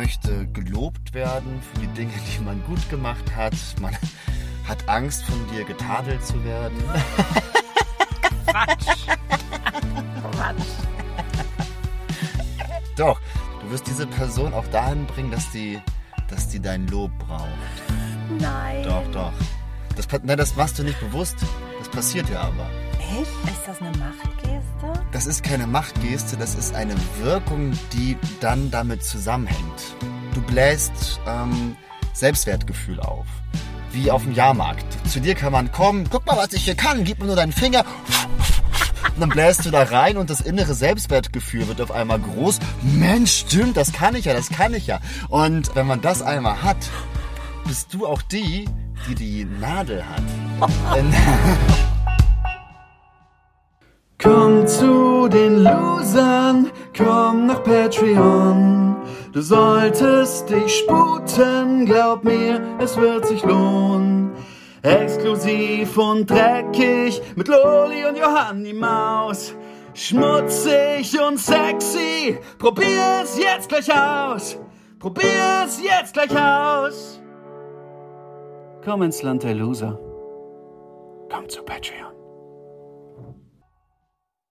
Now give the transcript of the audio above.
möchte gelobt werden für die Dinge, die man gut gemacht hat. Man hat Angst, von dir getadelt zu werden. Quatsch. Doch, du wirst diese Person auch dahin bringen, dass die dein Lob braucht. Nein. Doch. Das machst du nicht bewusst, das passiert ja aber. Echt? Ist das eine Machtgeste? Das ist keine Machtgeste, das ist eine Wirkung, die dann damit zusammenhängt. Du bläst Selbstwertgefühl auf, wie auf dem Jahrmarkt. Zu dir kann man kommen, guck mal, was ich hier kann, gib mir nur deinen Finger. Und dann bläst du da rein und das innere Selbstwertgefühl wird auf einmal groß. Mensch, stimmt, das kann ich ja. Und wenn man das einmal hat, bist du auch die Nadel hat. Komm zu den Losern, komm nach Patreon. Du solltest dich sputen, glaub mir, es wird sich lohnen. Exklusiv und dreckig mit Loli und Johanni Maus. Schmutzig und sexy, probier's jetzt gleich aus. Komm ins Land der Loser. Komm zu Patreon.